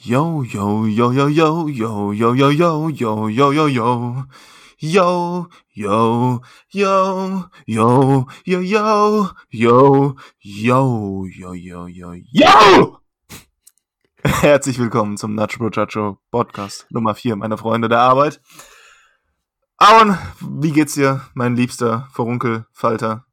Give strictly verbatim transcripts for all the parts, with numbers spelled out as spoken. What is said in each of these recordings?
Yo, yo, yo, yo, yo, yo, yo, yo, yo, yo, yo, yo, yo. Yo, yo, yo, yo, yo, yo, yo, yo, yo, yo, yo, yo! Herzlich willkommen zum Nacho Muchacho Podcast Nummer vier, meine Freunde der Arbeit. Aaron, wie geht's dir, mein liebster Furunkelfalter?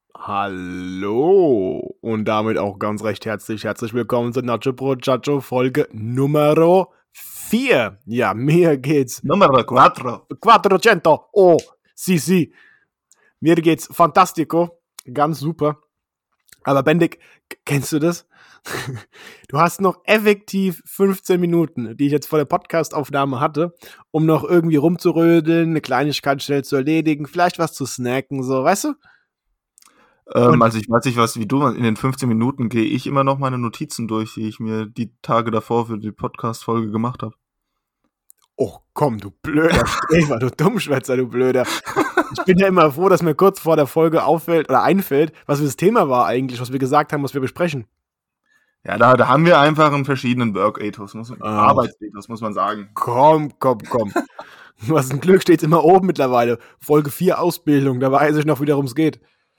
Hallo und damit auch ganz recht herzlich, herzlich willkommen zur Nacho Muchacho Folge Nummer vier. Ja, mir geht's. Numero quattro. quattrocento. Oh, si, si. Mir geht's fantastico. Ganz super. Aber Bendik, kennst du das? Du hast noch effektiv fünfzehn Minuten, die ich jetzt vor der Podcast-Aufnahme hatte, um noch irgendwie rumzurödeln, eine Kleinigkeit schnell zu erledigen, vielleicht was zu snacken, so, weißt du? Ähm, also ich weiß nicht, was wie du, in den fünfzehn Minuten gehe ich immer noch meine Notizen durch, die ich mir die Tage davor für die Podcast-Folge gemacht habe. Oh, komm, du blöder Streber, du Dummschwätzer, du blöder. Ich bin ja immer froh, dass mir kurz vor der Folge auffällt oder einfällt, was das Thema war eigentlich, was wir gesagt haben, was wir besprechen. Ja, da, da haben wir einfach einen verschiedenen Work-Ethos, muss man, Oh. Arbeitsethos, muss man sagen. Komm, komm, komm. Du hast ein Glück, steht's immer oben mittlerweile. Folge vier Ausbildung, da weiß ich noch, wie darum es geht.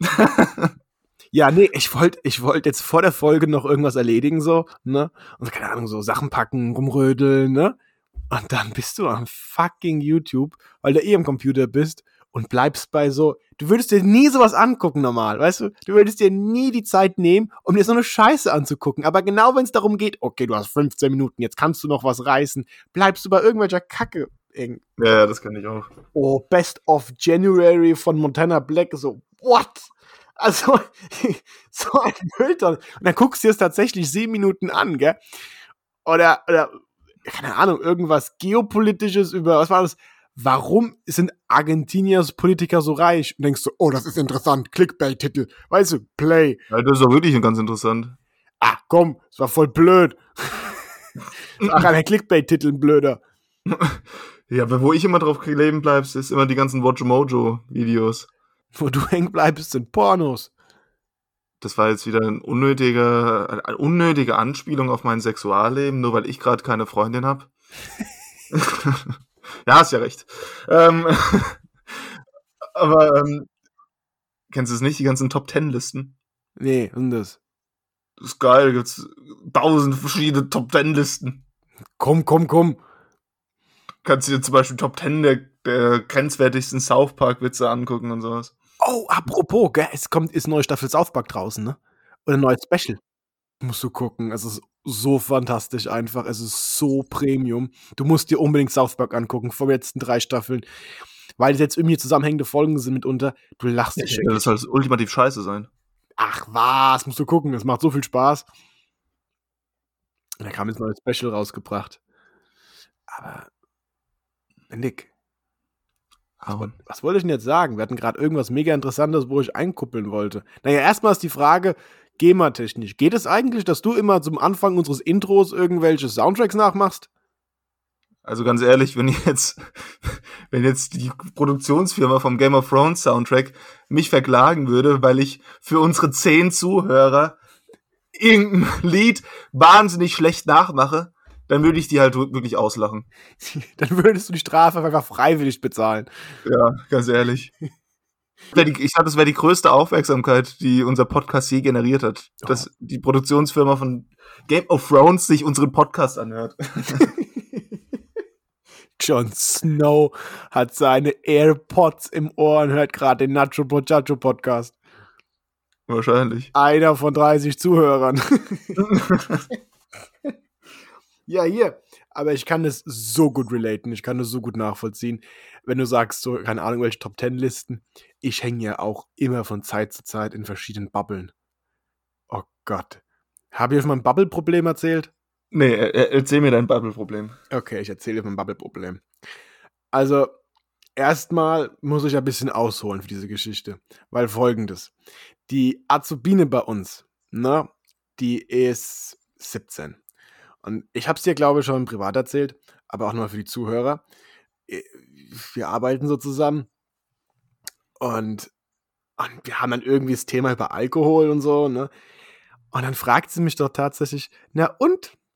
Ja, nee, ich wollte ich wollt jetzt vor der Folge noch irgendwas erledigen, so, ne? Und keine Ahnung, so Sachen packen, rumrödeln, ne? Und dann bist du am fucking YouTube, weil du eh am Computer bist und bleibst bei so, du würdest dir nie sowas angucken normal, weißt du? Du würdest dir nie die Zeit nehmen, um dir so eine Scheiße anzugucken. Aber genau wenn es darum geht, okay, du hast fünfzehn Minuten, jetzt kannst du noch was reißen, bleibst du bei irgendwelcher Kacke. Eng. Ja, ja, das kann ich auch. Oh, Best of January von Montana Black, so, what? Also, so ein Müllton. Und dann guckst du dir es tatsächlich sieben Minuten an, gell? Oder, oder, keine Ahnung, irgendwas Geopolitisches über, was war das? Warum sind Argentiniers Politiker so reich? Und denkst du, oh, das ist interessant, Clickbait-Titel. Weißt du, Play. Ja, das ist auch wirklich ganz interessant. Ah, komm, das war voll blöd. Ach, ein Clickbait-Titel, ein blöder. Ja, aber wo ich immer drauf kleben bleibst, ist immer die ganzen Watch-Mojo-Videos. Wo du hängen bleibst, sind Pornos. Das war jetzt wieder ein unnötiger, eine unnötige Anspielung auf mein Sexualleben, nur weil ich gerade keine Freundin habe. Ja, hast ja recht. Ähm, aber ähm, kennst du es nicht, die ganzen Top-Ten-Listen? Nee, und das? Das ist geil, da gibt's tausend verschiedene Top-Ten-Listen. Komm, komm, komm. Kannst du dir zum Beispiel Top Ten der, der grenzwertigsten South Park-Witze angucken und sowas. Oh, apropos, gell, es kommt, ist eine neue Staffel South Park draußen, ne? Oder ein neues Special. Musst du gucken, es ist so fantastisch einfach, es ist so Premium. Du musst dir unbedingt South Park angucken, vor den letzten drei Staffeln, weil es jetzt irgendwie zusammenhängende Folgen sind mitunter. Du lachst dich Ja, das soll ultimativ scheiße sein. Ach was, musst du gucken, es macht so viel Spaß. Und da kam jetzt ein neues Special rausgebracht. Aber, Nick, was, Aber was wollte ich denn jetzt sagen? Wir hatten gerade irgendwas mega Interessantes, wo ich einkuppeln wollte. Naja, erstmal ist die Frage, GEMA-technisch, geht es eigentlich, dass du immer zum Anfang unseres Intros irgendwelche Soundtracks nachmachst? Also ganz ehrlich, wenn jetzt, wenn jetzt die Produktionsfirma vom Game of Thrones Soundtrack mich verklagen würde, weil ich für unsere zehn Zuhörer irgendein Lied wahnsinnig schlecht nachmache, dann würde ich die halt wirklich auslachen. Dann würdest du die Strafe einfach freiwillig bezahlen. Ja, ganz ehrlich. Ich glaube, das wäre die größte Aufmerksamkeit, die unser Podcast je generiert hat. Oh. Dass die Produktionsfirma von Game of Thrones sich unseren Podcast anhört. Jon Snow hat seine AirPods im Ohr und hört gerade den Nacho Muchacho Podcast. Wahrscheinlich. Einer von dreißig Zuhörern. Ja, hier. Aber ich kann das so gut relaten. Ich kann das so gut nachvollziehen. Wenn du sagst, so, keine Ahnung, welche Top-Ten-Listen. Ich hänge ja auch immer von Zeit zu Zeit in verschiedenen Bubbeln. Oh Gott. Habe ich euch mein Bubble-Problem erzählt? Nee, erzähl mir dein Bubble-Problem. Okay, ich erzähle dir mein Bubble-Problem. Also, erstmal muss ich ein bisschen ausholen für diese Geschichte. Weil folgendes. Die Azubine bei uns, ne, die ist siebzehn. Und ich habe es dir, glaube ich, schon privat erzählt, aber auch nochmal für die Zuhörer. Wir arbeiten so zusammen und, und wir haben dann irgendwie das Thema über Alkohol und so, ne? Und dann fragt sie mich doch tatsächlich, na und,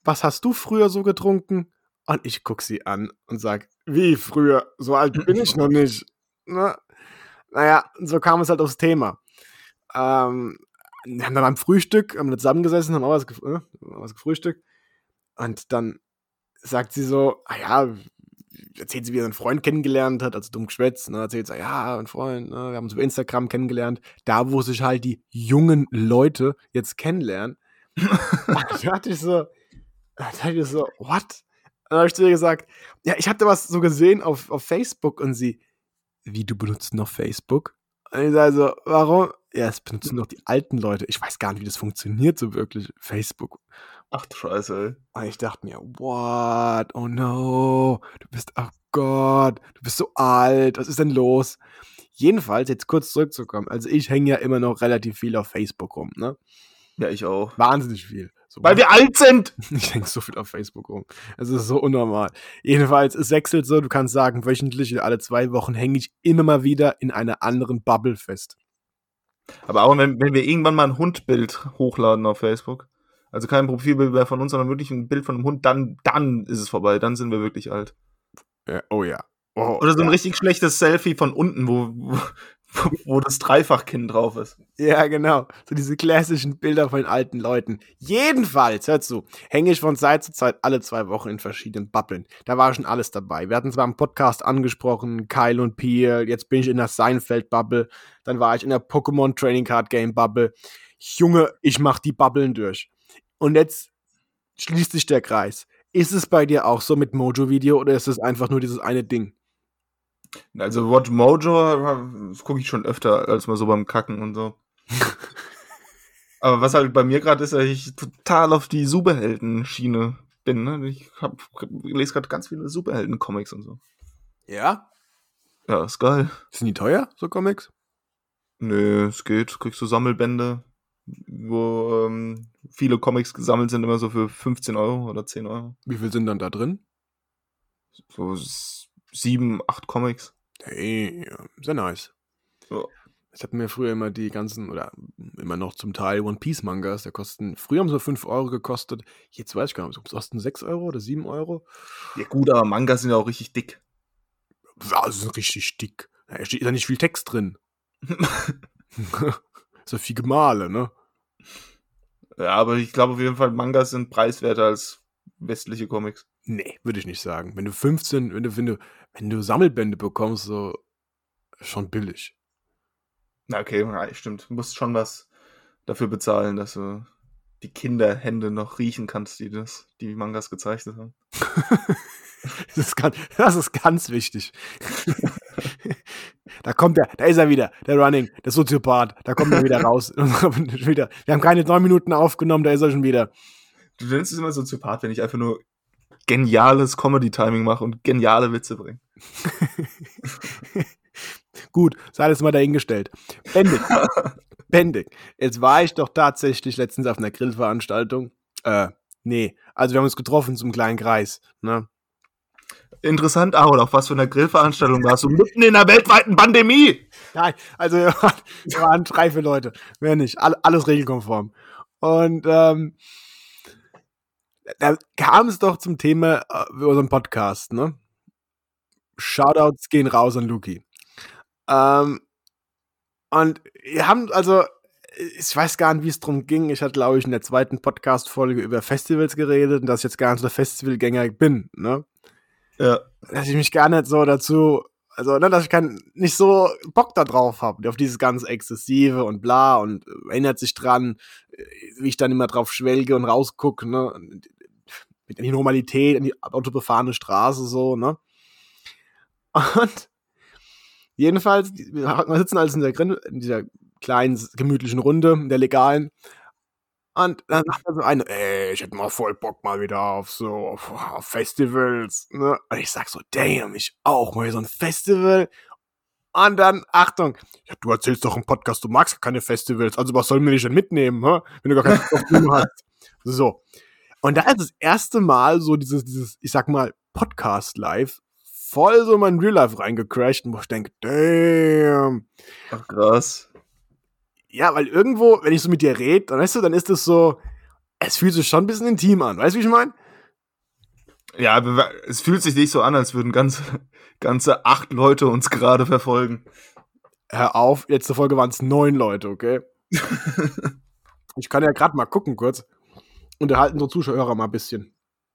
was hast du früher so getrunken? Und ich guck sie an und sag, wie früher? So alt bin ich noch nicht. Ne? Naja, so kam es halt aufs Thema. Ähm, wir haben dann am Frühstück, haben wir zusammengesessen, haben auch was, gef- äh, was gefrühstückt. Und dann sagt sie so, ah ja, erzählt sie, wie er einen Freund kennengelernt hat, also dumm geschwätzt, ne, erzählt sie, ja, ein Freund, ne, wir haben uns über Instagram kennengelernt, da, wo sich halt die jungen Leute jetzt kennenlernen. Da dachte ich so, da dachte ich so, what? Und dann habe ich zu ihr gesagt, ja, ich hatte was so gesehen auf, auf Facebook und sie, wie, du benutzt noch Facebook? Und ich sage so, warum? Ja, es benutzen noch die alten Leute. Ich weiß gar nicht, wie das funktioniert so wirklich, Facebook. Ach du Scheiße, ey. Und ich dachte mir, what? Oh no, du bist, oh Gott, du bist so alt, was ist denn los? Jedenfalls, jetzt kurz zurückzukommen, also ich hänge ja immer noch relativ viel auf Facebook rum, ne? Ja, ich auch. Wahnsinnig viel. So, Weil wir alt sind! ich hänge so viel auf Facebook rum. Es ist so unnormal. Jedenfalls, es wechselt so, du kannst sagen, wöchentlich oder alle zwei Wochen hänge ich immer mal wieder in einer anderen Bubble fest. Aber auch wenn, wenn wir irgendwann mal ein Hundbild hochladen auf Facebook, also kein Profilbild mehr von uns, sondern wirklich ein Bild von einem Hund, dann, dann ist es vorbei, dann sind wir wirklich alt. Ja, oh ja. Oh, Oder so ein ja. richtig schlechtes Selfie von unten, wo, wo, wo das Dreifachkinn drauf ist. Ja, genau. So diese klassischen Bilder von den alten Leuten. Jedenfalls, hör zu, hänge ich von Zeit zu Zeit alle zwei Wochen in verschiedenen Bubbeln. Da war schon alles dabei. Wir hatten zwar im Podcast angesprochen, Kyle und Peel, jetzt bin ich in der Seinfeld-Bubble, dann war ich in der Pokémon Trading Card Game Bubble. Junge, ich mach die Bubbeln durch. Und jetzt schließt sich der Kreis. Ist es bei dir auch so mit Mojo-Video oder ist es einfach nur dieses eine Ding? Also Watch Mojo gucke ich schon öfter als mal so beim Kacken und so. Aber was halt bei mir gerade ist, dass ich total auf die Superhelden-Schiene bin. Ne? Ich hab, lese gerade ganz viele Superhelden-Comics und so. Ja? Ja, ist geil. Sind die teuer, so Comics? Nö, es geht. Kriegst du Sammelbände, wo ähm, viele Comics gesammelt sind, immer so für fünfzehn Euro oder zehn Euro. Wie viel sind dann da drin? So s- sieben, acht Comics. Hey, sehr nice. Ja. Ich habe mir früher immer die ganzen, oder immer noch zum Teil One Piece Mangas, der kosten, früher haben sie fünf Euro gekostet, jetzt weiß ich gar nicht, kosten sechs Euro oder sieben Euro? Ja gut, aber Mangas sind ja auch richtig dick. Ja, das ist richtig dick. Da steht ja nicht viel Text drin. So viel Gemale, ne? Ja, aber ich glaube auf jeden Fall, Mangas sind preiswerter als westliche Comics. Nee, würde ich nicht sagen. Wenn du fünfzehn, wenn du, wenn du, wenn du Sammelbände bekommst, so schon billig. Na okay, ja, stimmt. Du musst schon was dafür bezahlen, dass du die Kinderhände noch riechen kannst, die das, die Mangas gezeichnet haben. Das ist ganz, das ist ganz wichtig. Da kommt er, da ist er wieder, der Running, der Soziopath, da kommt er wieder raus. wieder. Wir haben keine neun Minuten aufgenommen, da ist er schon wieder. Du nennst es immer Soziopath, wenn ich einfach nur geniales Comedy-Timing mache und geniale Witze bringe. Gut, sei das mal dahingestellt. Bendig. Bendig. Jetzt war ich doch tatsächlich letztens auf einer Grillveranstaltung. Äh, nee, also wir haben uns getroffen zum kleinen Kreis, ne? Interessant, Aaron, auf was für einer Grillveranstaltung warst du? Mitten in einer weltweiten Pandemie! Nein, also wir waren, wir waren drei, vier Leute. Mehr nicht. All, alles regelkonform. Und ähm, da kam es doch zum Thema äh, für unseren Podcast, ne? Shoutouts gehen raus an Luki. Ähm, und wir haben, also, ich weiß gar nicht, wie es drum ging. Ich hatte, glaube ich, in der zweiten Podcast-Folge über Festivals geredet und dass ich jetzt gar nicht so der Festivalgänger bin, ne? Ja. Dass ich mich gar nicht so dazu, also, ne, dass ich kein, nicht so Bock da drauf habe, auf dieses ganz Exzessive und bla und erinnert sich dran, wie ich dann immer drauf schwelge und rausgucke, ne, mit in die Normalität, in die autobefahrene Straße, so, ne. Und jedenfalls, wir sitzen also in dieser, in dieser kleinen, gemütlichen Runde, in der legalen. Und dann sagt er so eine, ey, ich hätte mal voll Bock mal wieder auf so, auf, auf Festivals, ne? Und ich sag so, damn, ich auch mal so ein Festival. Und dann, Achtung, ja, du erzählst doch im Podcast, du magst ja keine Festivals, also was sollen wir dich denn mitnehmen, hä? Wenn du gar keinen Bock mehr hast. So. Und da ist das erste Mal so dieses, dieses, ich sag mal, Podcast-Live voll so in mein Real-Life reingecrashed, wo ich denke, damn. Ach, krass. Ja, weil irgendwo, wenn ich so mit dir rede, dann weißt du, dann ist das so, es fühlt sich schon ein bisschen intim an. Weißt du, wie ich meine? Ja, aber es fühlt sich nicht so an, als würden ganze, ganze acht Leute uns gerade verfolgen. Hör auf, letzte Folge waren es neun Leute, okay? Ich kann ja gerade mal gucken kurz. Unterhalten unsere Zuschauer mal ein bisschen.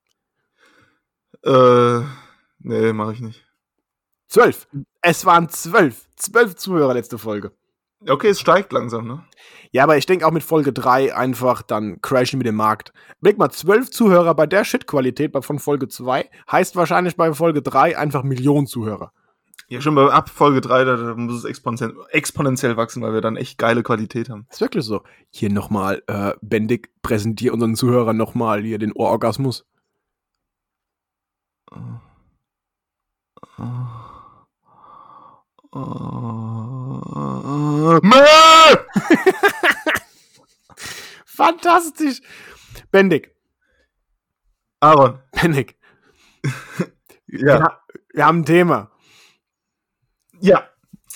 Äh, nee, mach ich nicht. Zwölf. Es waren zwölf. Zwölf Zuhörer letzte Folge. Okay, es steigt langsam, ne? Ja, aber ich denke auch mit Folge drei einfach dann crashen mit dem Markt. Blick mal, zwölf Zuhörer bei der Shit-Qualität von Folge zwei heißt wahrscheinlich bei Folge drei einfach Millionen Zuhörer. Ja, schon bei ab Folge drei, da, da muss es exponentiell, exponentiell wachsen, weil wir dann echt geile Qualität haben. Ist wirklich so. Hier nochmal, äh, Bendig, präsentier unseren Zuhörern nochmal hier den Ohrorgasmus. Oh. Oh. Oh. Fantastisch. Bendig. Aaron. Bendig. Ja. Wir, wir haben ein Thema. Ja.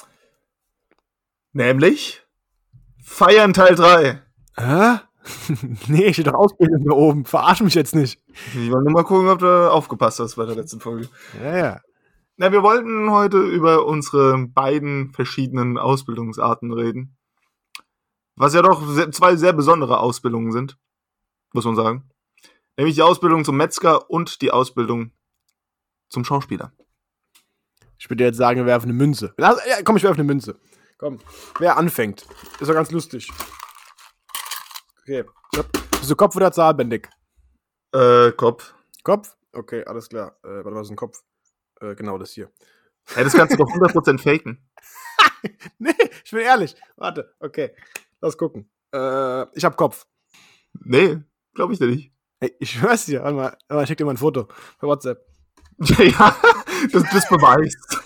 Nämlich Feiern Teil drei. Hä? Nee, steht doch Ausbildung da oben. Verarsch mich jetzt nicht. Ich wollte nur mal gucken, ob du aufgepasst hast bei der letzten Folge. Ja, ja. Na, wir wollten heute über unsere beiden verschiedenen Ausbildungsarten reden. Was ja doch sehr, zwei sehr besondere Ausbildungen sind, muss man sagen. Nämlich die Ausbildung zum Metzger und die Ausbildung zum Schauspieler. Ich würde jetzt sagen, wir werfen eine Münze. Ja, komm, ich werfe eine Münze. Komm, wer anfängt? Ist doch ganz lustig. Okay. Bist du Kopf oder Zahl, Bendig? Äh, Kopf. Kopf? Okay, alles klar. Äh, warte, was ist ein Kopf? Äh, genau, das hier. Hey, das kannst du doch hundert Prozent faken. Nee, ich bin ehrlich. Warte, okay. Lass gucken. Äh, ich hab Kopf. Nee, glaube ich dir nicht. Hey, ich schwör's dir. Warte mal, warte mal, ich schick dir mal ein Foto per WhatsApp. Ja, das, das beweist.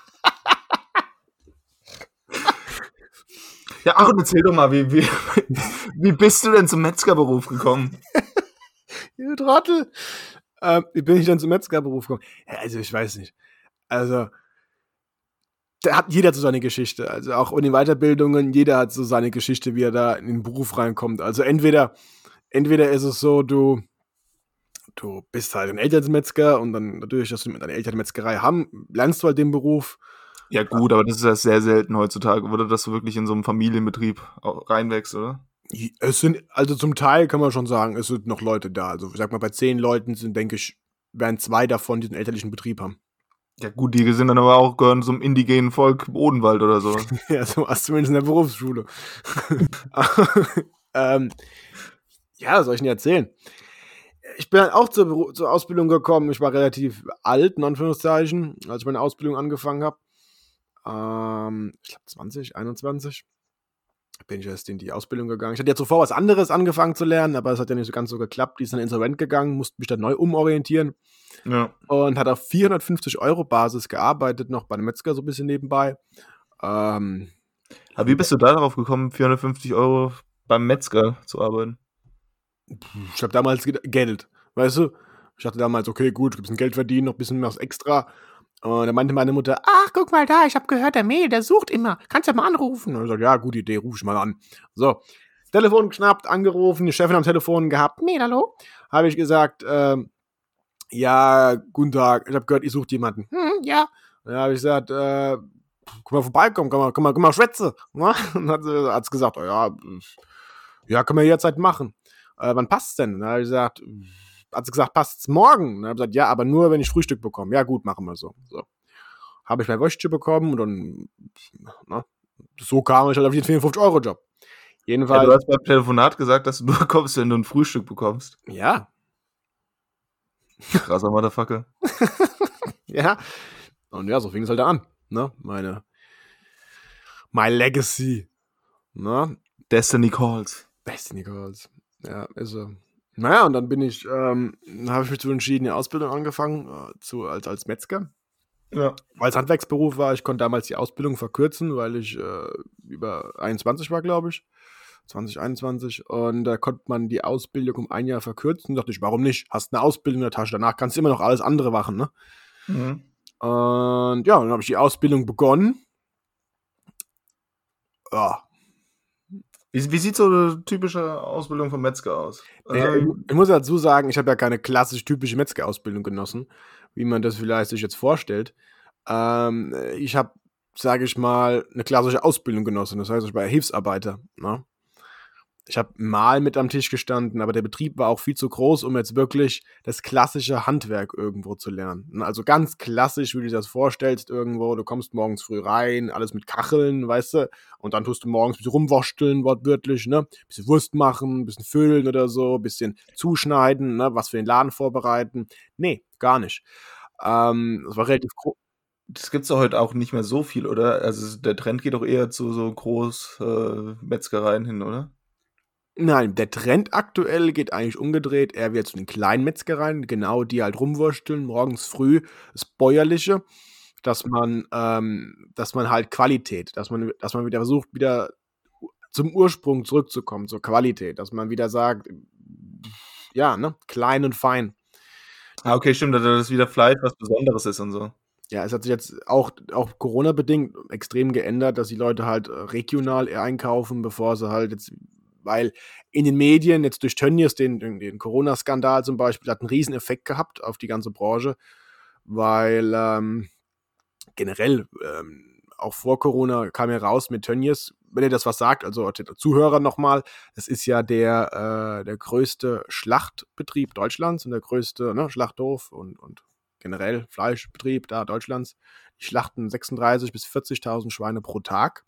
Ja, Aaron, erzähl doch mal, wie, wie, wie bist du denn zum Metzgerberuf gekommen? Du Trottel. Ähm, wie bin ich dann zum Metzgerberuf gekommen? Ja, also, ich weiß nicht. Also, da hat jeder so seine Geschichte. Also, auch in den Weiterbildungen, jeder hat so seine Geschichte, wie er da in den Beruf reinkommt. Also, entweder, entweder ist es so, du, du bist halt ein Elternmetzger und dann natürlich, dass du mit deiner Eltern Metzgerei haben, lernst du halt den Beruf. Ja gut, aber das ist ja sehr selten heutzutage, oder? Dass du wirklich in so einem Familienbetrieb reinwächst, oder? Es sind, also zum Teil kann man schon sagen, es sind noch Leute da. Also ich sag mal, bei zehn Leuten sind, denke ich, werden zwei davon, die einen elterlichen Betrieb haben. Ja gut, die sind dann aber auch, gehören zum indigenen Volk Odenwald oder so. Ja, so was zumindest in der Berufsschule. ähm, ja, was soll ich denn erzählen? Ich bin dann auch zur, Beru- zur Ausbildung gekommen. Ich war relativ alt, in Anführungszeichen, als ich meine Ausbildung angefangen habe. Ähm, ich glaube zwanzig, einundzwanzig. Bin ich erst in die Ausbildung gegangen. Ich hatte ja zuvor was anderes angefangen zu lernen, aber es hat ja nicht so ganz so geklappt. Die ist dann insolvent gegangen, musste mich dann neu umorientieren. Ja. Und hat auf vierhundertfünfzig Euro Basis gearbeitet, noch bei einem Metzger so ein bisschen nebenbei. Ähm, Aber wie bist du da darauf gekommen, vierhundertfünfzig Euro beim Metzger zu arbeiten? Ich habe damals ge- Geld, weißt du? Ich dachte damals, okay, gut, ein bisschen Geld verdienen, noch ein bisschen was extra. Und dann meinte meine Mutter, ach, guck mal da, ich habe gehört, der Mehl, der sucht immer. Kannst ja mal anrufen. Und ich sagte, ja, gute Idee, ruf ich mal an. So, Telefon geschnappt, angerufen, die Chefin am Telefon gehabt. Mehl, hallo? Habe ich gesagt, ähm, ja, guten Tag, ich habe gehört, ihr sucht jemanden. Hm, ja. Dann habe ich gesagt, äh, komm mal vorbeikommen, komm mal, komm mal, komm mal schwätze. Und dann hat sie hat's gesagt, oh, ja, ja, können wir jederzeit machen. Äh, wann passt's denn? Dann habe ich gesagt, hat sie gesagt, passt's morgen? Dann habe ich gesagt, ja, aber nur, wenn ich Frühstück bekomme. Ja, gut, machen wir so. So. Habe ich mein Wäschchen bekommen und dann, na, so kam ich halt auf den vierundfünfzig Euro Job. Ja, Jedenfalls. du hast beim Telefonat gesagt, dass du nur kommst, wenn du ein Frühstück bekommst. Ja. Krasser Motherfucker. Ja. Und ja, so fing es halt an. Ne? Meine, my legacy. Ne? Destiny Calls. Destiny Calls. Ja, ist so. Naja, und dann bin ich, ähm, habe ich mich zu entschieden, die Ausbildung angefangen, äh, zu, als, als Metzger. Ja. Weil es Handwerksberuf war, ich konnte damals die Ausbildung verkürzen, weil ich äh, über einundzwanzig war, glaube ich. zwanzig einundzwanzig. Und da konnte man die Ausbildung um ein Jahr verkürzen. Da dachte ich, warum nicht? Hast eine Ausbildung in der Tasche, danach kannst du immer noch alles andere machen, ne? Mhm. Und ja, dann habe ich die Ausbildung begonnen. Ja. Wie, wie sieht so eine typische Ausbildung vom Metzger aus? Also, äh, ich muss dazu sagen, ich habe ja keine klassisch typische Metzgerausbildung genossen, wie man das vielleicht sich jetzt vorstellt. Ähm, ich habe, sage ich mal, eine klassische Ausbildung genossen. Das heißt, ich war Hilfsarbeiter. Ne? Ich habe mal mit am Tisch gestanden, aber der Betrieb war auch viel zu groß, um jetzt wirklich das klassische Handwerk irgendwo zu lernen. Also ganz klassisch, wie du dir das vorstellst, irgendwo, du kommst morgens früh rein, alles mit Kacheln, weißt du, und dann tust du morgens ein bisschen rumwurschteln, wortwörtlich, ne, ein bisschen Wurst machen, ein bisschen füllen oder so, ein bisschen zuschneiden, ne, was für den Laden vorbereiten. Nee, gar nicht. Ähm, das war relativ groß. Das gibt's doch heute auch nicht mehr so viel, oder? Also der Trend geht doch eher zu so groß äh, Metzgereien hin, oder? Nein, der Trend aktuell geht eigentlich umgedreht, eher wieder zu den kleinen Metzgereien, genau, die halt rumwursteln, morgens früh, das Bäuerliche, dass man, ähm, dass man halt Qualität, dass man, dass man wieder versucht, wieder zum Ursprung zurückzukommen, zur Qualität, dass man wieder sagt, ja, ne, klein und fein. Ah, okay, stimmt, dass das wieder Fleisch was Besonderes ist und so. Ja, es hat sich jetzt auch, auch Corona-bedingt extrem geändert, dass die Leute halt äh, regional eher einkaufen, bevor sie halt jetzt, weil in den Medien, jetzt durch Tönnies, den, den, den Corona-Skandal zum Beispiel, hat einen riesen Effekt gehabt auf die ganze Branche, weil ähm, generell, ähm, auch vor Corona kam ja raus mit Tönnies, wenn ihr das was sagt, also den Zuhörer nochmal, das ist ja der, äh, der größte Schlachtbetrieb Deutschlands und der größte, ne, Schlachthof und, und generell Fleischbetrieb da Deutschlands. Die schlachten sechsunddreißigtausend bis vierzigtausend Schweine pro Tag.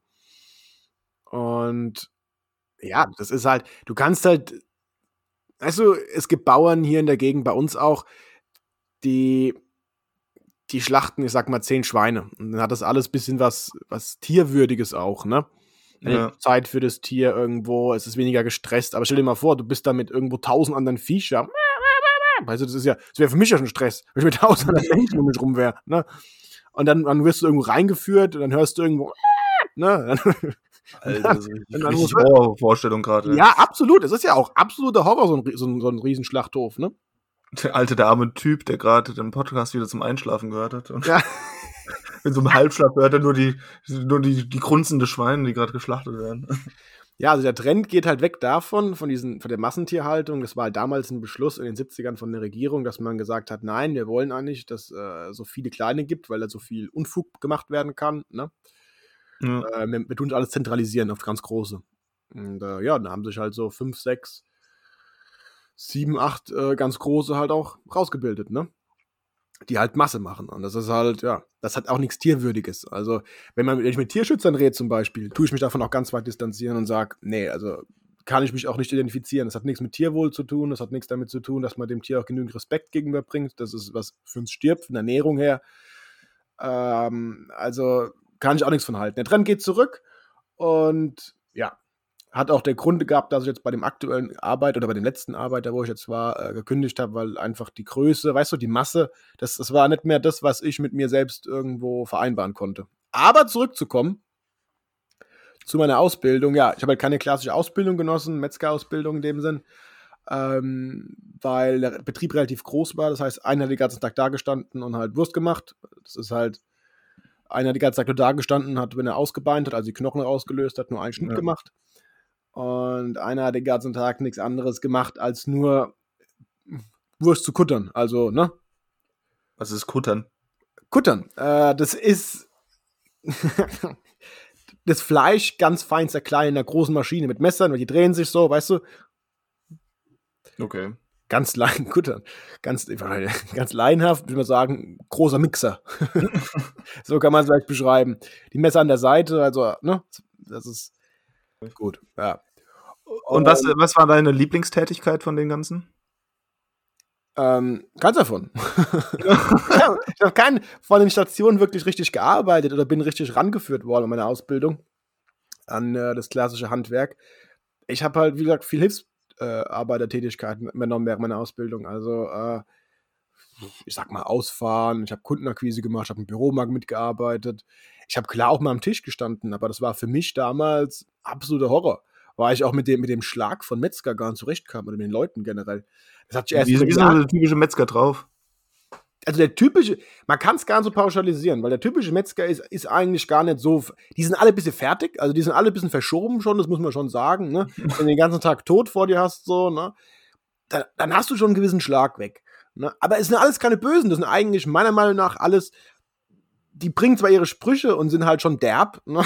Und ja, das ist halt, du kannst halt, also es gibt Bauern hier in der Gegend, bei uns auch, die, die schlachten, ich sag mal, zehn Schweine. Und dann hat das alles ein bisschen was, was Tierwürdiges auch, ne? Ja. Zeit für das Tier irgendwo, es ist weniger gestresst. Aber stell dir mal vor, du bist da mit irgendwo tausend anderen Viecher. Weißt du, das ist ja, das wäre für mich ja schon Stress, wenn ich mit tausend anderen Menschen um mich rum wäre, ne? Und dann, dann wirst du irgendwo reingeführt und dann hörst du irgendwo, ne? Alter, das ist eine richtig Horrorvorstellung gerade. Ja, absolut. Es ist ja auch absoluter Horror, so ein, so ein, so ein Riesenschlachthof, ne? Der alte, der arme Typ, der gerade den Podcast wieder zum Einschlafen gehört hat. Und Ja. in so einem Halbschlaf hört er nur die, nur die, die grunzende Schweine, die gerade geschlachtet werden. Ja, also der Trend geht halt weg davon, von diesen, von der Massentierhaltung. Das war halt damals ein Beschluss in den siebzigern von der Regierung, dass man gesagt hat, nein, wir wollen eigentlich, dass es äh, so viele Kleine gibt, weil da so viel Unfug gemacht werden kann. Ne? Ja. Äh, wir, wir tun alles zentralisieren auf ganz große. Und äh, ja, da haben sich halt so fünf, sechs, sieben, acht äh, ganz große halt auch rausgebildet, ne? Die halt Masse machen. Und das ist halt, ja, das hat auch nichts Tierwürdiges. Also, wenn man wenn ich mit Tierschützern rede zum Beispiel, tue ich mich davon auch ganz weit distanzieren und sage, nee, also kann ich mich auch nicht identifizieren. Das hat nichts mit Tierwohl zu tun, das hat nichts damit zu tun, dass man dem Tier auch genügend Respekt gegenüber bringt. Das ist was für uns stirbt, von der Ernährung her. Ähm, also kann ich auch nichts von halten. Der Trend geht zurück und ja, hat auch der Grund gehabt, dass ich jetzt bei dem aktuellen Arbeit oder bei dem letzten Arbeiter, wo ich jetzt war, äh, gekündigt habe, weil einfach die Größe, weißt du, die Masse, das, das war nicht mehr das, was ich mit mir selbst irgendwo vereinbaren konnte. Aber zurückzukommen zu meiner Ausbildung, ja, ich habe halt keine klassische Ausbildung genossen, Metzgerausbildung in dem Sinn, ähm, weil der Betrieb relativ groß war. Das heißt, einer hat den ganzen Tag da gestanden und halt Wurst gemacht. Das ist halt, einer hat den ganzen Tag nur da gestanden, hat, wenn er ausgebeint hat, also die Knochen rausgelöst hat, nur einen Schnitt Ja. gemacht. Und einer hat den ganzen Tag nichts anderes gemacht, als nur Wurst zu kuttern. Also, ne? Was ist Kuttern? Kuttern. Äh, das ist das Fleisch ganz fein zerkleinern in einer großen Maschine mit Messern, weil die drehen sich so, weißt du? Okay. Ganz lein, kuttern. Ganz, ganz laienhaft, würde man sagen, großer Mixer. So kann man es vielleicht beschreiben. Die Messer an der Seite, also, ne? Das ist gut, ja. Und was, was war deine Lieblingstätigkeit von den ganzen? Ähm, ganz davon. Ja, ich habe keinen von den Stationen wirklich richtig gearbeitet oder bin richtig rangeführt worden in meiner Ausbildung an äh, das klassische Handwerk. Ich habe halt, wie gesagt, viel Hilfsarbeitertätigkeiten äh, übernommen während meiner Ausbildung. Also, äh, ich sag mal, ausfahren, ich habe Kundenakquise gemacht, ich habe im Büromarkt mitgearbeitet. Ich habe klar auch mal am Tisch gestanden, aber das war für mich damals absoluter Horror. Weil ich auch mit dem, mit dem Schlag von Metzger gar nicht zurechtkam oder mit den Leuten generell. Das hat sich erst Wie, wie ist so eine typische Metzger drauf? also der typische, man kann es gar nicht so pauschalisieren, weil der typische Metzger ist, ist eigentlich gar nicht so, die sind alle ein bisschen fertig, also die sind alle ein bisschen verschoben schon, das muss man schon sagen, ne? Wenn du den ganzen Tag tot vor dir hast, so, ne? Dann, dann hast du schon einen gewissen Schlag weg. Ne? Aber es sind alles keine Bösen, das sind eigentlich meiner Meinung nach alles, die bringen zwar ihre Sprüche und sind halt schon derb, ne?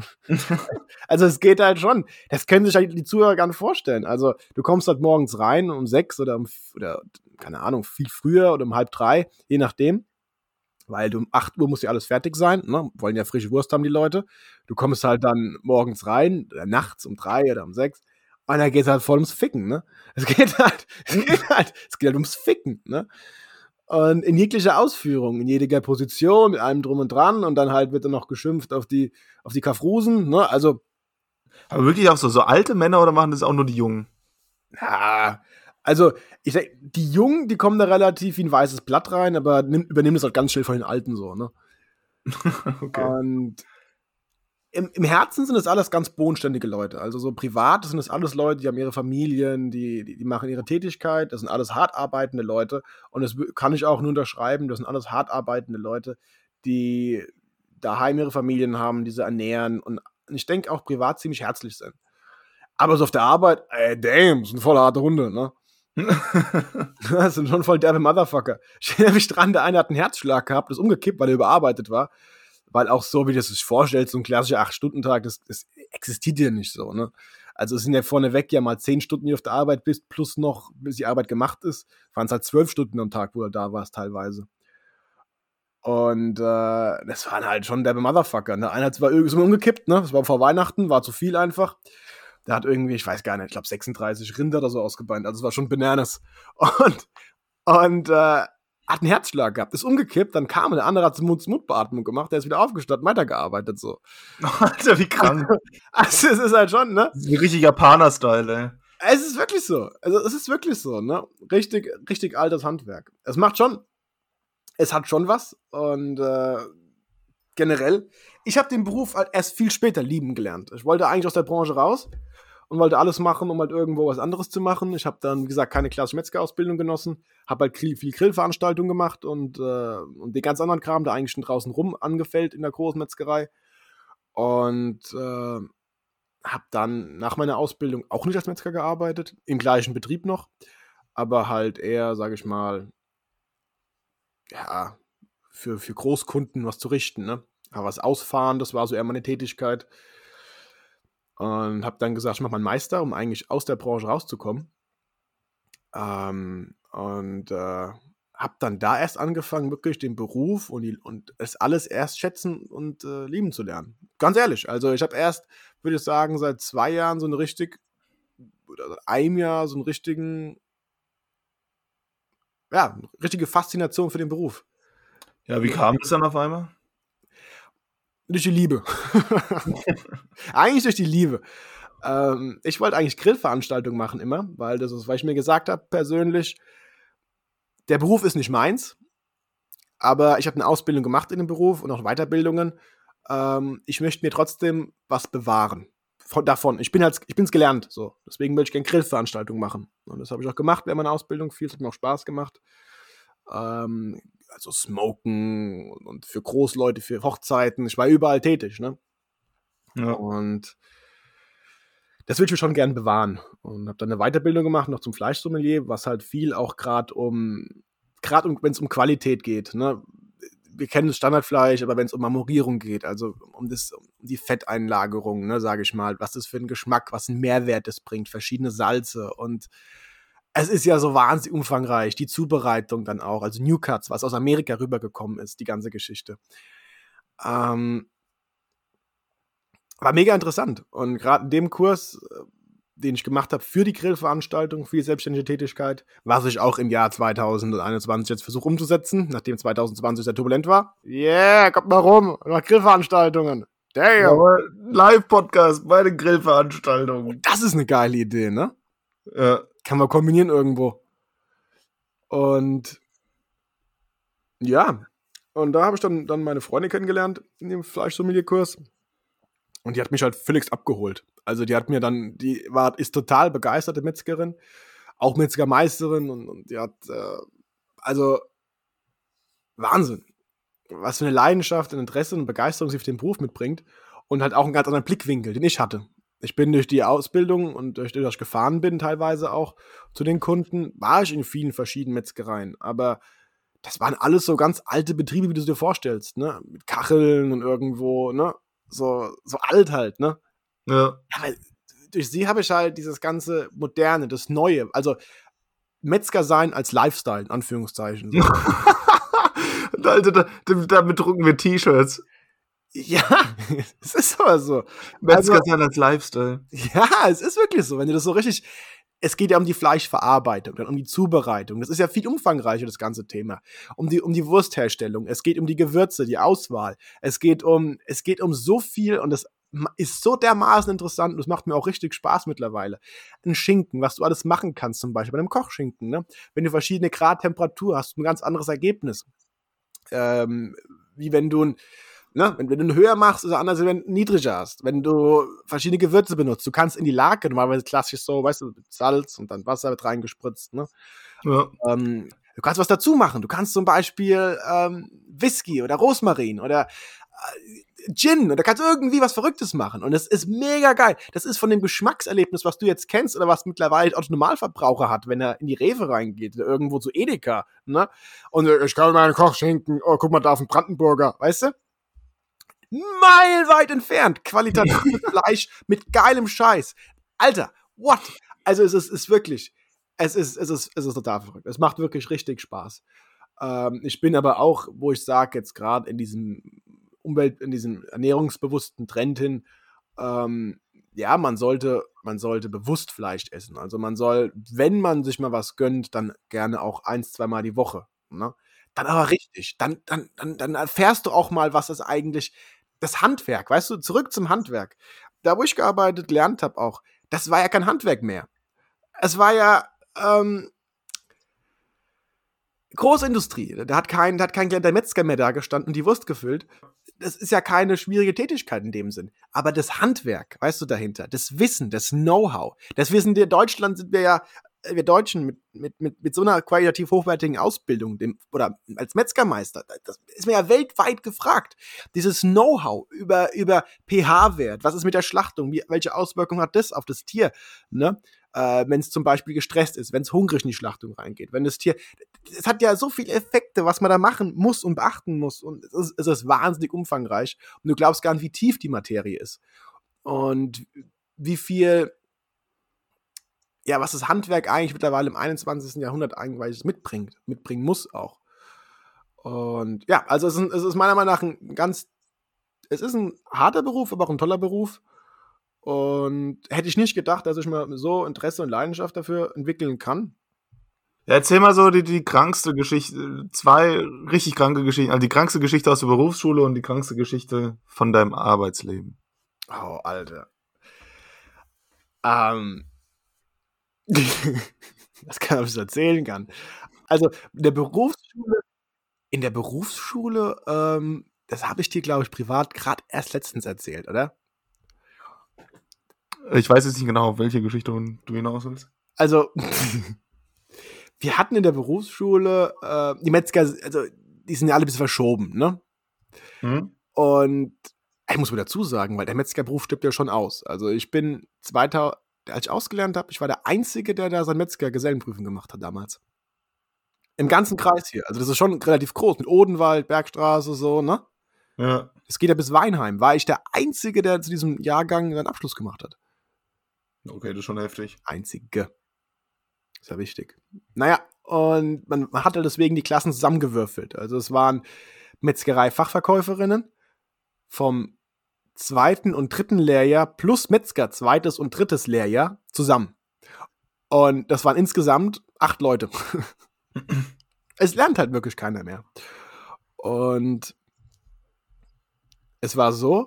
Also es geht halt schon. Das können sich halt die Zuhörer gar nicht vorstellen. Also du kommst halt morgens rein um sechs oder um, oder keine Ahnung, viel früher oder um halb drei, je nachdem. Weil du um acht Uhr muss ja alles fertig sein, ne? Wollen ja frische Wurst haben die Leute. Du kommst halt dann morgens rein, oder nachts um drei oder um sechs. Und dann geht's halt voll ums Ficken, ne? Es geht halt, es geht halt, es geht halt ums Ficken, ne? Und in jeglicher Ausführung, in jeder Position, mit allem drum und dran. Und dann halt wird dann noch geschimpft auf die, auf die Kaffrusen, ne? Also, Aber wirklich auch so, so alte Männer oder machen das auch nur die Jungen? ja, also, ich sag, die Jungen, die kommen da relativ wie ein weißes Blatt rein, aber nimm, übernehmen das halt ganz schnell von den Alten so, ne? Okay. Und im, im Herzen sind das alles ganz bodenständige Leute. Also so privat sind das alles Leute, die haben ihre Familien, die, die, die machen ihre Tätigkeit, das sind alles hart arbeitende Leute. Und das kann ich auch nur unterschreiben, das sind alles hart arbeitende Leute, die daheim ihre Familien haben, die sie ernähren und ich denke auch privat ziemlich herzlich sind. Aber so auf der Arbeit, ey, damn, das ist eine voll harte Runde, ne? Das sind schon voll derbe Motherfucker. Ich erinnere mich dran, der eine hat einen Herzschlag gehabt, ist umgekippt, weil er überarbeitet war. Weil auch so, wie du es sich vorstellst, so ein klassischer acht-Stunden-Tag, das, das existiert ja nicht so, ne? Also es sind ja vorneweg ja mal zehn Stunden, die du auf der Arbeit bist, plus noch, bis die Arbeit gemacht ist, waren es halt zwölf Stunden am Tag, wo du da warst teilweise. Und äh, das waren halt schon derbe Motherfucker. Ne? Einer war irgendwie so umgekippt, ne? Das war vor Weihnachten, war zu viel einfach. Der hat irgendwie, ich weiß gar nicht, ich glaube sechsunddreißig Rinder oder so ausgebeint. Also es war schon Bananas. Und, und äh, hat einen Herzschlag gehabt, ist umgekippt, dann kam der andere, hat Mund-zu-Mund-Beatmung gemacht, der ist wieder aufgestanden, weitergearbeitet so. Alter, wie krank. Also es ist halt schon, ne? Das ist ein richtig Japaner-Style, ey. Es ist wirklich so. Also es ist wirklich so, ne? Richtig, richtig altes Handwerk. Es macht schon, es hat schon was und äh, generell, ich habe den Beruf halt erst viel später lieben gelernt. Ich wollte eigentlich aus der Branche raus und wollte alles machen, um halt irgendwo was anderes zu machen. Ich habe dann, wie gesagt, keine klassische Metzgerausbildung genossen, habe halt viel, viel Grillveranstaltungen gemacht und, äh, und den ganz anderen Kram, der eigentlich schon draußen rum angefällt in der Großmetzgerei. Und äh, habe dann nach meiner Ausbildung auch nicht als Metzger gearbeitet, im gleichen Betrieb noch, aber halt eher, sage ich mal, ja, für, für Großkunden was zu richten, ne? Aber was ausfahren, das war so eher meine Tätigkeit. Und habe dann gesagt, ich mache mal einen Meister, um eigentlich aus der Branche rauszukommen. Ähm, und äh, habe dann da erst angefangen, wirklich den Beruf und, die, und es alles erst schätzen und äh, lieben zu lernen. Ganz ehrlich, also ich habe erst, würde ich sagen, seit zwei Jahren so eine richtig, oder seit einem Jahr so einen richtigen, ja, eine richtige Faszination für den Beruf. Ja, wie kam das dann auf einmal? Durch die Liebe. Eigentlich durch die Liebe. Ähm, ich wollte eigentlich Grillveranstaltungen machen immer, weil das ist, weil ich mir gesagt habe, persönlich, der Beruf ist nicht meins, aber ich habe eine Ausbildung gemacht in dem Beruf und auch Weiterbildungen. Ähm, ich möchte mir trotzdem was bewahren von, davon. Ich bin halt, ich bin's gelernt, so. Deswegen möchte ich gerne Grillveranstaltungen machen. Und das habe ich auch gemacht während meiner Ausbildung. Viel, hat mir auch Spaß gemacht. Ähm, also Smoken und für Großleute, für Hochzeiten. Ich war überall tätig, ne? Ja. Und das würde ich mir schon gern bewahren. Und habe dann eine Weiterbildung gemacht, noch zum Fleischsommelier, was halt viel auch gerade um, gerade um, wenn es um Qualität geht, ne? Wir kennen das Standardfleisch, aber wenn es um Marmorierung geht, also um, das, um die Fetteinlagerung, ne, sage ich mal, was das für einen Geschmack, was einen Mehrwert das bringt, verschiedene Salze und es ist ja so wahnsinnig umfangreich, die Zubereitung dann auch, also New Cuts, was aus Amerika rübergekommen ist, die ganze Geschichte. Ähm, war mega interessant und gerade in dem Kurs, den ich gemacht habe für die Grillveranstaltung, für die selbstständige Tätigkeit, was ich auch im Jahr zwanzig einundzwanzig jetzt versuche umzusetzen, nachdem zwanzig zwanzig sehr turbulent war. Yeah, kommt mal rum, nach Grillveranstaltungen. Damn. Live-Podcast bei den Grillveranstaltungen. Das ist eine geile Idee, ne? Ja. Kann man kombinieren irgendwo. Und ja, und da habe ich dann, dann meine Freundin kennengelernt in dem Fleischsommelier-Kurs. Und die hat mich halt völlig abgeholt. Also die hat mir dann, die war, ist total begeisterte Metzgerin, auch Metzgermeisterin und, und die hat, äh, also Wahnsinn. Was für eine Leidenschaft, ein Interesse und Begeisterung sie für den Beruf mitbringt und halt auch einen ganz anderen Blickwinkel, den ich hatte. Ich bin durch die Ausbildung und durch das ich gefahren bin teilweise auch zu den Kunden, war ich in vielen verschiedenen Metzgereien, aber das waren alles so ganz alte Betriebe, wie du es dir vorstellst, ne? Mit Kacheln und irgendwo, ne? So, so alt halt, ne? Ja. Ja, weil durch sie habe ich halt dieses ganze Moderne, das Neue, also Metzger sein als Lifestyle, in Anführungszeichen. So. Alter, da, damit drucken wir T-Shirts. Ja, es ist aber so. Metzger Also, sein als Lifestyle. ja, es ist wirklich so. Wenn du das so richtig. Es geht ja um die Fleischverarbeitung, dann um die Zubereitung. Das ist ja viel umfangreicher, das ganze Thema. Um die, um die Wurstherstellung. Es geht um die Gewürze, die Auswahl. Es geht um, es geht um so viel und das ist so dermaßen interessant und das macht mir auch richtig Spaß mittlerweile. Ein Schinken, was du alles machen kannst, zum Beispiel bei einem Kochschinken, ne? Wenn du verschiedene Grad Temperatur hast, ein ganz anderes Ergebnis. Ähm, wie wenn du ein Ne? Wenn, wenn du ihn höher machst, ist es anders, als wenn du niedriger hast. Wenn du verschiedene Gewürze benutzt, du kannst in die Lake, normalerweise klassisch so, weißt du, Salz und dann Wasser wird reingespritzt. Ne? Ja. Ähm, du kannst was dazu machen. Du kannst zum Beispiel ähm, Whisky oder Rosmarin oder äh, Gin oder kannst irgendwie was Verrücktes machen. Und das ist mega geil. Das ist von dem Geschmackserlebnis, was du jetzt kennst oder was mittlerweile Otto Normalverbraucher hat, wenn er in die Rewe reingeht oder irgendwo zu Edeka. Ne? Und äh, ich kann mir einen Koch schenken. Oh, guck mal, da auf den Brandenburger. Weißt du? Meilenweit entfernt. Qualitatives Fleisch mit geilem Scheiß. Alter, what? Also es ist, ist wirklich, es ist, es ist, es ist total verrückt. Es macht wirklich richtig Spaß. Ähm, ich bin aber auch, wo ich sage, jetzt gerade in diesem Umwelt, in diesem ernährungsbewussten Trend hin, ähm, ja, man sollte, man sollte bewusst Fleisch essen. Also man soll, wenn man sich mal was gönnt, dann gerne auch eins, zweimal die Woche. Ne? Dann aber richtig. Dann, dann, dann, dann erfährst du auch mal, was das eigentlich das Handwerk, weißt du, zurück zum Handwerk. Da, wo ich gearbeitet, gelernt habe auch, das war ja kein Handwerk mehr. Es war ja ähm, Großindustrie. Da hat kein, da hat kein kleiner Metzger mehr da gestanden und die Wurst gefüllt. Das ist ja keine schwierige Tätigkeit in dem Sinn. Aber das Handwerk, weißt du, dahinter, das Wissen, das Know-how, das Wissen, in Deutschland sind wir ja, wir Deutschen mit, mit, mit, mit so einer qualitativ hochwertigen Ausbildung dem, oder als Metzgermeister, das ist mir ja weltweit gefragt. Dieses Know-how über, über pH-Wert, was ist mit der Schlachtung, wie, welche Auswirkungen hat das auf das Tier, ne? Äh, wenn es zum Beispiel gestresst ist, wenn es hungrig in die Schlachtung reingeht, wenn das Tier, es hat ja so viele Effekte, was man da machen muss und beachten muss und es ist, es ist wahnsinnig umfangreich und du glaubst gar nicht, wie tief die Materie ist und wie viel ja, was das Handwerk eigentlich mittlerweile im einundzwanzigsten Jahrhundert eigentlich mitbringt, mitbringen muss auch. Und ja, also es ist, es ist meiner Meinung nach ein ganz, es ist ein harter Beruf, aber auch ein toller Beruf. Und hätte ich nicht gedacht, dass ich mal so Interesse und Leidenschaft dafür entwickeln kann. Ja, erzähl mal so die, die krankste Geschichte, zwei richtig kranke Geschichten, also die krankste Geschichte aus der Berufsschule und die krankste Geschichte von deinem Arbeitsleben. Oh, Alter. Ähm, das kann ich erzählen kann. Also in der Berufsschule, in der Berufsschule, ähm, das habe ich dir, glaube ich, privat gerade erst letztens erzählt, oder? Ich weiß jetzt nicht genau, auf welche Geschichte du hinaus willst. Also, wir hatten in der Berufsschule, äh, die Metzger, also die sind ja alle ein bisschen verschoben, ne? Mhm. Und ich muss mir dazu sagen, weil der Metzgerberuf stirbt ja schon aus. Also ich bin zweitausend, als ich ausgelernt habe, ich war der Einzige, der da sein Metzger-Gesellenprüfung gemacht hat damals. Im ganzen Kreis hier. Also das ist schon relativ groß, mit Odenwald, Bergstraße, so, ne? Ja. Es geht ja bis Weinheim. War ich der Einzige, der zu diesem Jahrgang seinen Abschluss gemacht hat. Okay, das ist schon heftig. Einzige. Ist ja wichtig. Naja, und man hatte deswegen die Klassen zusammengewürfelt. Also es waren Metzgerei-Fachverkäuferinnen vom zweiten und dritten Lehrjahr plus Metzger zweites und drittes Lehrjahr zusammen. Und das waren insgesamt acht Leute. Es lernt halt wirklich keiner mehr. Und es war so,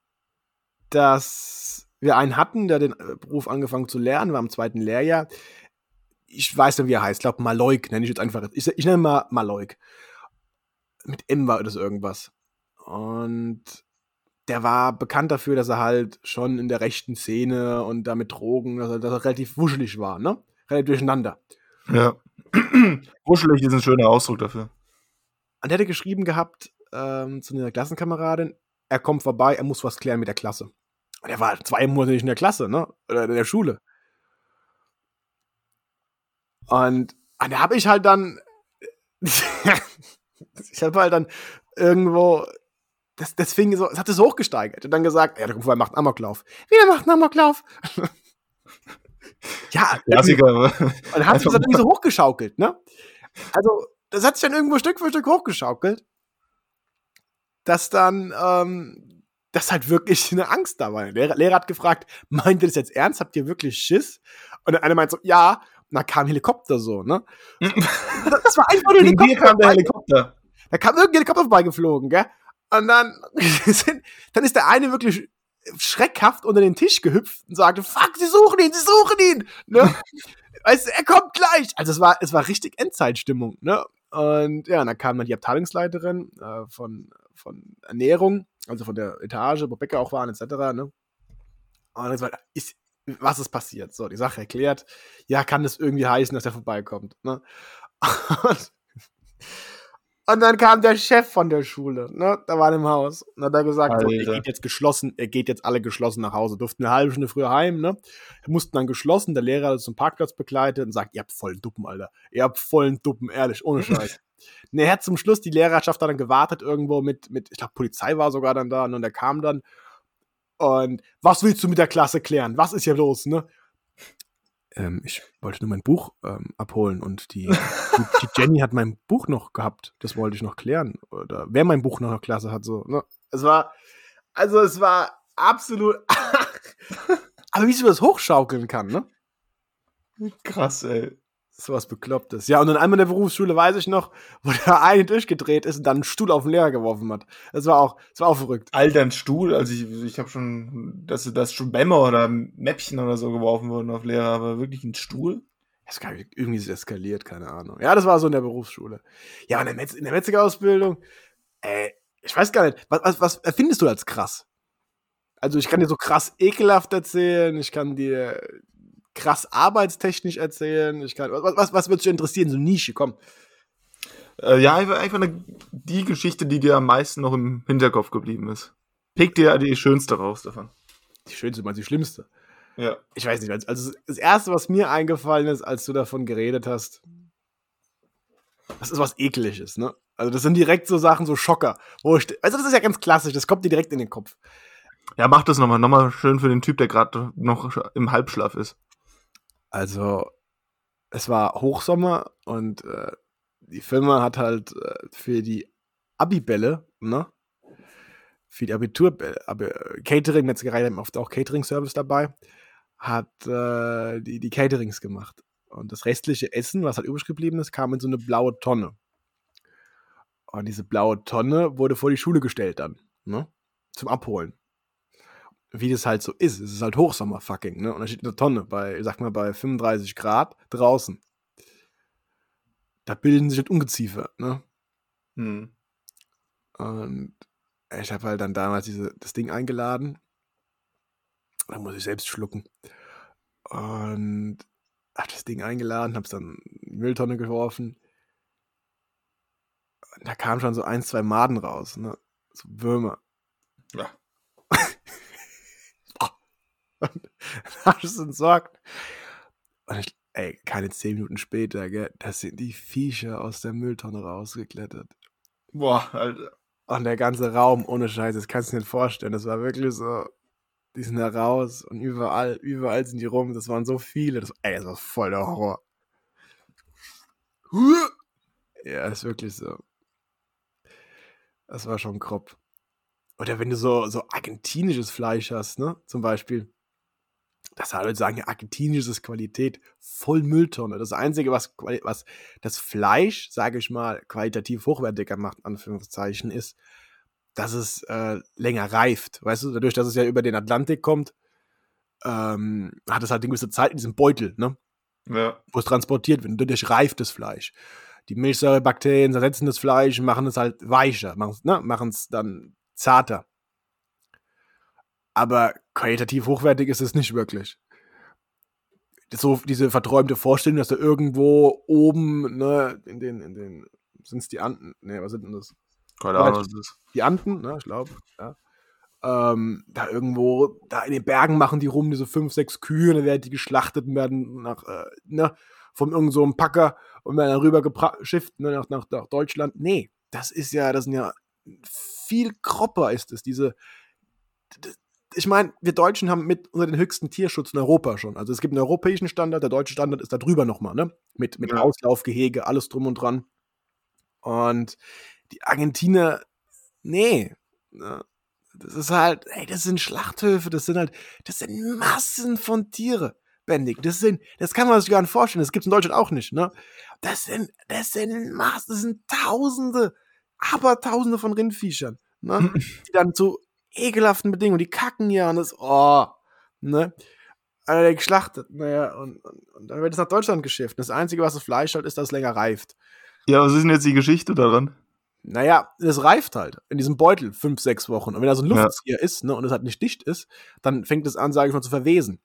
dass wir einen hatten, der den Beruf angefangen zu lernen, war im zweiten Lehrjahr. Ich weiß nicht, wie er heißt. Ich glaube, Maloik nenne ich jetzt einfach. Ich, ich nenne mal Maloik. Mit M war das irgendwas. Und der war bekannt dafür, dass er halt schon in der rechten Szene und da mit Drogen, dass er, dass er relativ wuschelig war, ne? Relativ durcheinander. Ja. Wuschelig ist ein schöner Ausdruck dafür. Und der hatte geschrieben gehabt ähm, zu einer Klassenkameradin, er kommt vorbei, er muss was klären mit der Klasse. Und er war zwei Monate nicht in der Klasse, ne? Oder in der Schule. Und, und da habe ich halt dann ich habe halt dann irgendwo das, das fing so, es hat es so hochgesteigert und dann gesagt, ja, der Kumpel macht einen Amoklauf. Wie, der macht einen Amoklauf? Ja, Klassiker. und dann hat sich das irgendwie so hochgeschaukelt, ne? Also, das hat sich dann irgendwo Stück für Stück hochgeschaukelt, dass dann, ähm, dass halt wirklich eine Angst da war. Der Lehrer, Lehrer hat gefragt, meint ihr das jetzt ernst? Habt ihr wirklich Schiss? Und der eine meint so, ja. Und dann kam ein Helikopter so, ne? Das war einfach nur ein Helikopter. Hier kam der Helikopter. Da kam irgendein Helikopter vorbeigeflogen, gell? Und dann, dann ist der eine wirklich schreckhaft unter den Tisch gehüpft und sagte, fuck, sie suchen ihn, sie suchen ihn, ne? Weißt du, er kommt gleich. Also es war, es war richtig Endzeitstimmung, ne? Und ja, und dann kam dann die Abteilungsleiterin äh, von, von Ernährung, also von der Etage, wo Bäcker auch waren, et cetera, ne? Und dann gesagt, ist, was ist passiert? So, die Sache erklärt. Ja, kann das irgendwie heißen, dass er vorbeikommt, ne? Und, und dann kam der Chef von der Schule, ne? Da war im Haus. Und hat er gesagt, so, er geht jetzt geschlossen, er geht jetzt alle geschlossen nach Hause. Durften eine halbe Stunde früher heim, ne? Mussten dann geschlossen, der Lehrer hat uns zum Parkplatz begleitet und sagt, ihr habt vollen Duppen, Alter. Ihr habt vollen Duppen, ehrlich, ohne Scheiß. Ne, er hat zum Schluss die Lehrerschaft dann gewartet irgendwo mit, mit ich glaube, Polizei war sogar dann da, ne? Und der kam dann. Und was willst du mit der Klasse klären? Was ist hier los, ne? Ähm, ich wollte nur mein Buch ähm, abholen und die, die, die Jenny hat mein Buch noch gehabt. Das wollte ich noch klären. Oder wer mein Buch noch in der Klasse hat, so, ne? Es war, also es war absolut, aber wie sie das hochschaukeln kann, ne? Krass, ey. So was Beklopptes. Ja, und dann einmal in der Berufsschule weiß ich noch, wo der eine durchgedreht ist und dann einen Stuhl auf den Lehrer geworfen hat. Das war auch, das war auch verrückt. Alter, ein Stuhl, also ich, ich habe schon, dass das schon Bämmer oder Mäppchen oder so geworfen wurden auf Lehrer, aber wirklich ein Stuhl? Das ist irgendwie ist eskaliert, keine Ahnung. Ja, das war so in der Berufsschule. Ja, und in der, Metz, in der Metzger-Ausbildung, ey, ich weiß gar nicht, was, was, was erfindest du als krass? Also ich kann dir so krass ekelhaft erzählen, ich kann dir krass arbeitstechnisch erzählen. Ich kann, was, was, was würde dich interessieren? So Nische, komm. Äh, ja, einfach, einfach eine, die Geschichte, die dir am meisten noch im Hinterkopf geblieben ist. Pick dir die schönste raus davon. Die schönste, meinst du die schlimmste? Ja. Ich weiß nicht. Also das Erste, was mir eingefallen ist, als du davon geredet hast, das ist was Ekliges, ne? Also das sind direkt so Sachen, so Schocker. Wo ich, also das ist ja ganz klassisch, das kommt dir direkt in den Kopf. Ja, mach das nochmal. Nochmal schön für den Typ, der gerade noch im Halbschlaf ist. Also, es war Hochsommer und äh, die Firma hat halt äh, für die Abibälle, ne? Für die Abiturbälle, Abi- Catering, Metzgerei haben oft auch Catering-Service dabei, hat äh, die, die Caterings gemacht. Und das restliche Essen, was halt übrig geblieben ist, kam in so eine blaue Tonne. Und diese blaue Tonne wurde vor die Schule gestellt dann, ne? Zum Abholen. Wie das halt so ist. Es ist halt Hochsommer fucking, ne? Und da steht eine Tonne bei, sag mal, bei fünfunddreißig Grad draußen. Da bilden sich halt Ungeziefer, ne? Hm. Und ich habe halt dann damals diese, das Ding eingeladen. Da muss ich selbst schlucken. Und hab das Ding eingeladen, hab's dann in die Mülltonne geworfen. Und da kamen schon so ein, zwei Maden raus, ne? So Würmer. Ja. Und dann hab ich es entsorgt. Und ich, ey, keine zehn Minuten später, gell, da sind die Viecher aus der Mülltonne rausgeklettert. Boah, Alter. Und der ganze Raum, ohne Scheiß, das kannst du dir nicht vorstellen. Das war wirklich so, die sind da raus und überall, überall sind die rum. Das waren so viele. Das, ey, das war voll der Horror. Ja, ist wirklich so. Das war schon grob. Oder wenn du so, so argentinisches Fleisch hast, ne, zum Beispiel. Das halt Leute sagen, ja, argentinisches ist Qualität, voll Mülltonne. Das Einzige, was, was das Fleisch, sage ich mal, qualitativ hochwertiger macht, in Anführungszeichen, ist, dass es äh, länger reift. Weißt du, dadurch, dass es ja über den Atlantik kommt, ähm, hat es halt eine gewisse Zeit in diesem Beutel, ne? Ja. Wo es transportiert wird. Und dadurch reift das Fleisch. Die Milchsäurebakterien zersetzen das Fleisch und machen es halt weicher, machen es ne? Machen's dann zarter. Aber qualitativ hochwertig ist es nicht wirklich. So diese verträumte Vorstellung, dass du irgendwo oben, ne, in den, in den sind es die Anden? Nee, was sind denn das? Keine Ahnung, was das ist. Die Anden, ne, ich glaube, ja. Ähm, da irgendwo, da in den Bergen machen die rum, diese fünf, sechs Kühe, und dann werden die geschlachtet und werden nach, äh, ne, von irgend so einem Packer und werden dann rüber geschifft, ne, nach, nach, nach Deutschland. Nee, das ist ja, das sind ja viel Kropper ist es, diese, ich meine, wir Deutschen haben mit unter den höchsten Tierschutz in Europa schon. Also es gibt einen europäischen Standard, der deutsche Standard ist da drüber nochmal, ne? Mit, mit Ja. Auslaufgehege, alles drum und dran. Und die Argentinier, nee, ne? Das ist halt, ey, das sind Schlachthöfe, das sind halt, das sind Massen von Tiere, Bendig. Das sind, das kann man sich gar nicht vorstellen, das gibt's in Deutschland auch nicht, ne? Das sind, das sind Massen, das sind Tausende, Abertausende von Rindviechern, ne? Die dann zu ekelhaften Bedingungen, die kacken ja und das, oh, ne? Also geschlachtet, naja, und, und, und dann wird es nach Deutschland geschifft. Das Einzige, was das Fleisch halt ist, dass es länger reift. Ja, was ist denn jetzt die Geschichte daran? Naja, es reift halt in diesem Beutel fünf, sechs Wochen. Und wenn da so ein Ja. Luftzieher ist, ne, und es halt nicht dicht ist, dann fängt es an, sage ich mal, zu verwesen.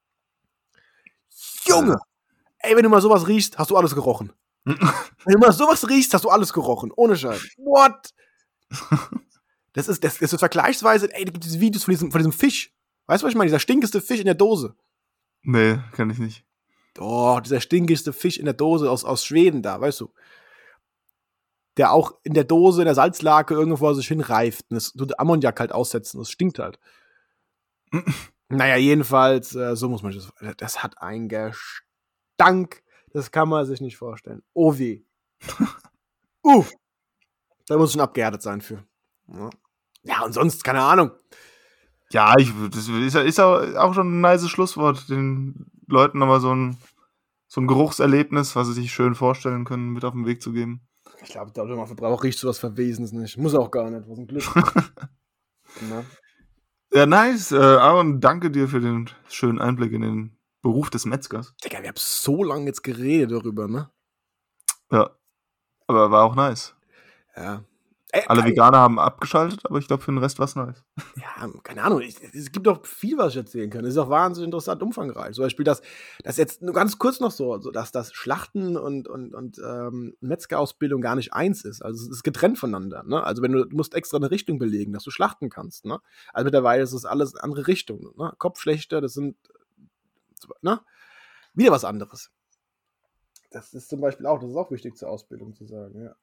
Junge! Ey, wenn du mal sowas riechst, hast du alles gerochen. Wenn du mal sowas riechst, hast du alles gerochen. Ohne Scheiß. What? Das ist, das, das ist vergleichsweise, ey, da gibt es Videos von diesem, von diesem Fisch. Weißt du, was ich meine? Dieser stinkeste Fisch in der Dose. Nee, kann ich nicht. Oh, dieser stinkigste Fisch in der Dose aus, aus Schweden da, weißt du? Der auch in der Dose, in der Salzlake irgendwo vor sich hin reift. Und das tut Ammoniak halt aussetzen. Das stinkt halt. Naja, jedenfalls, äh, so muss man das. Das hat einen Gestank. Das kann man sich nicht vorstellen. Oh weh. uh. Da muss schon abgehärtet sein für. Ja, ja, und sonst, keine Ahnung. Ja, ich, das ist, ja- ist ja auch schon ein nice Schlusswort, den Leuten nochmal so ein, so ein Geruchserlebnis, was sie sich schön vorstellen können, mit auf den Weg zu geben. Ich glaube, da braucht riecht sowas Verwesenes nicht. Muss auch gar nicht. Was ein Glück. Na? Ja, nice. Äh, Aaron, danke dir für den schönen Einblick in den Beruf des Metzgers. Digga, wir haben so lange jetzt geredet darüber, ne? Ja, aber war auch nice. Ja. Ey, Alle geil. Veganer haben abgeschaltet, aber ich glaube, für den Rest war es nice. Ja, keine Ahnung. Ich, es gibt doch viel, was ich erzählen kann. Es ist auch wahnsinnig interessant, umfangreich. Zum Beispiel, dass das jetzt nur ganz kurz noch so, so dass das Schlachten und, und, und ähm, Metzgerausbildung gar nicht eins ist. Also es ist getrennt voneinander. Ne? Also wenn du, du musst extra eine Richtung belegen, dass du schlachten kannst. Ne? Also mittlerweile ist das alles eine andere Richtung. Ne? Kopfschlächter, das sind ne? Wieder was anderes. Das ist zum Beispiel auch, das ist auch wichtig zur Ausbildung zu sagen, ja.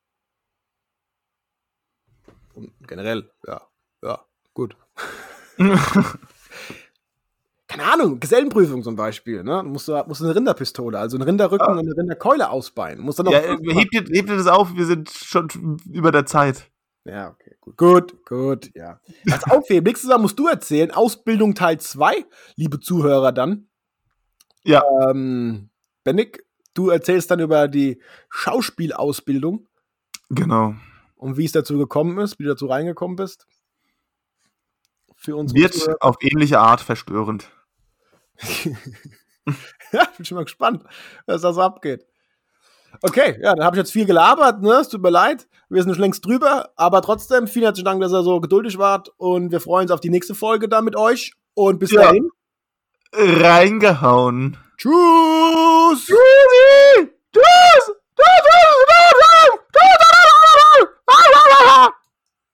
Und generell, ja, ja, gut. Keine Ahnung, Gesellenprüfung zum Beispiel, ne? Du musst, du musst eine Rinderpistole, also einen Rinderrücken Ah. und eine Rinderkeule ausbeinen. Du musst dann noch Ja, äh, hebt ihr, hebt ihr das auf? Wir sind schon über der Zeit. Ja, okay, gut. Gut, gut, ja. Pass auf, Fee, nächstes Mal musst du erzählen, Ausbildung Teil zwei, liebe Zuhörer dann. Ja. Ähm, Bennig, du erzählst dann über die Schauspielausbildung Genau. und wie es dazu gekommen ist, wie du dazu reingekommen bist. Für uns Wird auf ähnliche Art verstörend. Ja, ich bin schon mal gespannt, was da so abgeht. Okay, ja, dann habe ich jetzt viel gelabert, ne? Es tut mir leid. Wir sind schon längst drüber, aber trotzdem vielen herzlichen Dank, dass ihr so geduldig wart und wir freuen uns auf die nächste Folge da mit euch und bis Ja. dahin. Reingehauen. Tschüss! Tschüssi! Tschüss!